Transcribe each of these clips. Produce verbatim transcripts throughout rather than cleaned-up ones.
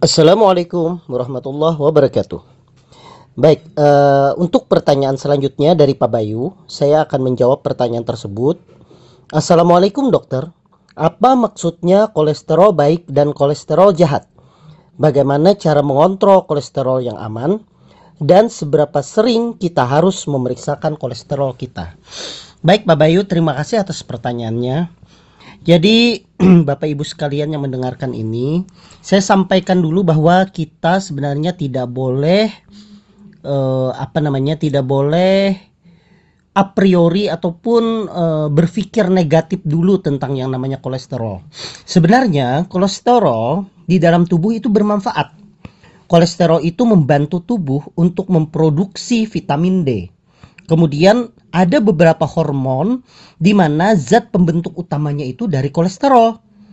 Assalamualaikum warahmatullahi wabarakatuh. Baik, eh, untuk pertanyaan selanjutnya dari Pak Bayu, saya akan menjawab pertanyaan tersebut. Assalamualaikum dokter, apa maksudnya kolesterol baik dan kolesterol jahat? Bagaimana cara mengontrol kolesterol yang aman? Dan seberapa sering kita harus memeriksakan kolesterol kita? Baik Pak Bayu, terima kasih atas pertanyaannya. Jadi Bapak Ibu sekalian yang mendengarkan ini, saya sampaikan dulu bahwa kita sebenarnya tidak boleh eh, apa namanya tidak boleh a priori ataupun eh, berpikir negatif dulu tentang yang namanya kolesterol. Sebenarnya kolesterol di dalam tubuh itu bermanfaat. Kolesterol itu membantu tubuh untuk memproduksi vitamin D. Kemudian ada beberapa hormon di mana zat pembentuk utamanya itu dari kolesterol.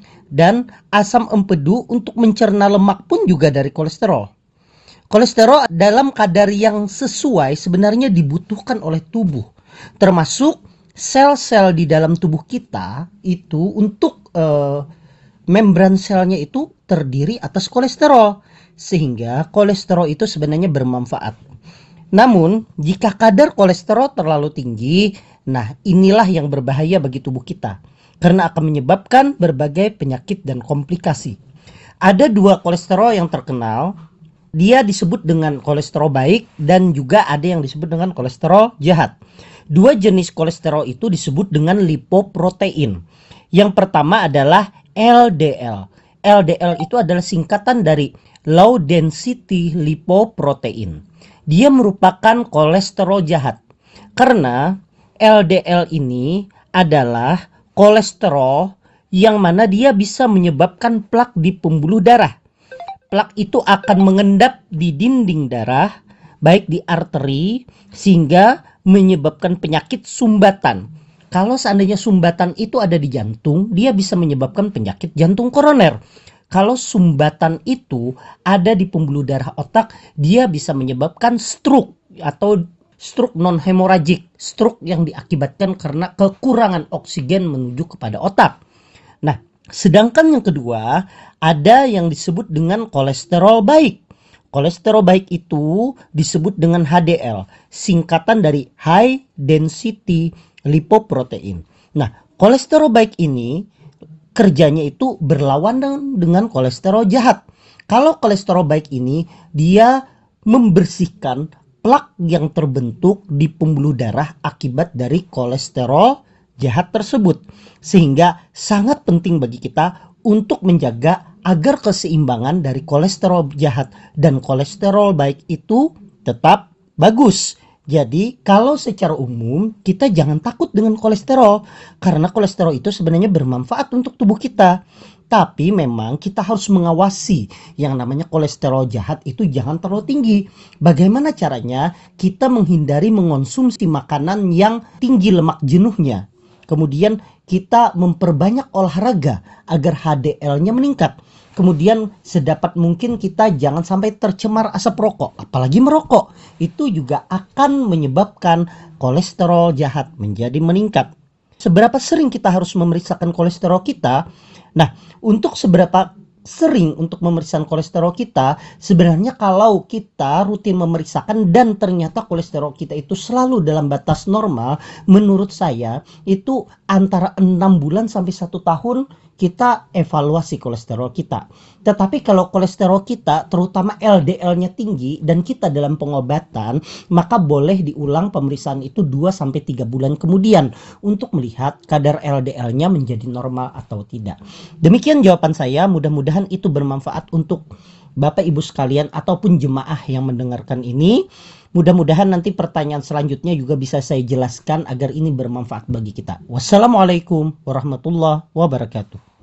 Dan asam empedu untuk mencerna lemak pun juga dari kolesterol. Kolesterol dalam kadar yang sesuai sebenarnya dibutuhkan oleh tubuh. Termasuk sel-sel di dalam tubuh kita itu untuk eh, membran selnya itu terdiri atas kolesterol. Sehingga kolesterol itu sebenarnya bermanfaat. Namun, jika kadar kolesterol terlalu tinggi, nah inilah yang berbahaya bagi tubuh kita. Karena akan menyebabkan berbagai penyakit dan komplikasi. Ada dua kolesterol yang terkenal. Dia disebut dengan kolesterol baik dan juga ada yang disebut dengan kolesterol jahat. Dua jenis kolesterol itu disebut dengan lipoprotein. Yang pertama adalah L D L. L D L itu adalah singkatan dari low density lipoprotein. Dia merupakan kolesterol jahat karena L D L ini adalah kolesterol yang mana dia bisa menyebabkan plak di pembuluh darah. Plak itu akan mengendap di dinding darah, baik di arteri, sehingga menyebabkan penyakit sumbatan. Kalau seandainya sumbatan itu ada di jantung, dia bisa menyebabkan penyakit jantung koroner. Kalau sumbatan itu ada di pembuluh darah otak, dia bisa menyebabkan stroke atau stroke non-hemoragik, stroke yang diakibatkan karena kekurangan oksigen menuju kepada otak. Nah, sedangkan yang kedua, ada yang disebut dengan kolesterol baik. Kolesterol baik itu disebut dengan H D L, singkatan dari high density lipoprotein. Nah, kolesterol baik ini kerjanya itu berlawanan dengan kolesterol jahat. Kalau kolesterol baik ini, dia membersihkan plak yang terbentuk di pembuluh darah akibat dari kolesterol jahat tersebut. Sehingga sangat penting bagi kita untuk menjaga agar keseimbangan dari kolesterol jahat dan kolesterol baik itu tetap bagus. Jadi kalau secara umum kita jangan takut dengan kolesterol karena kolesterol itu sebenarnya bermanfaat untuk tubuh kita. Tapi memang kita harus mengawasi yang namanya kolesterol jahat itu jangan terlalu tinggi. Bagaimana caranya? Kita menghindari mengonsumsi makanan yang tinggi lemak jenuhnya. Kemudian kita memperbanyak olahraga agar H D L-nya meningkat. Kemudian sedapat mungkin kita jangan sampai tercemar asap rokok, apalagi merokok. Itu juga akan menyebabkan kolesterol jahat menjadi meningkat. Seberapa sering kita harus memeriksakan kolesterol kita? Nah, untuk seberapa sering untuk memeriksakan kolesterol kita, sebenarnya kalau kita rutin memeriksakan dan ternyata kolesterol kita itu selalu dalam batas normal, menurut saya itu antara enam bulan sampai satu tahun kita evaluasi kolesterol kita. Tetapi kalau kolesterol kita terutama L D L-nya tinggi dan kita dalam pengobatan, maka boleh diulang pemeriksaan itu dua sampai tiga bulan kemudian untuk melihat kadar L D L-nya menjadi normal atau tidak. Demikian jawaban saya, mudah-mudahan itu bermanfaat untuk Bapak Ibu sekalian ataupun jemaah yang mendengarkan ini. Mudah-mudahan nanti pertanyaan selanjutnya juga bisa saya jelaskan agar ini bermanfaat bagi kita. Wassalamualaikum warahmatullahi wabarakatuh.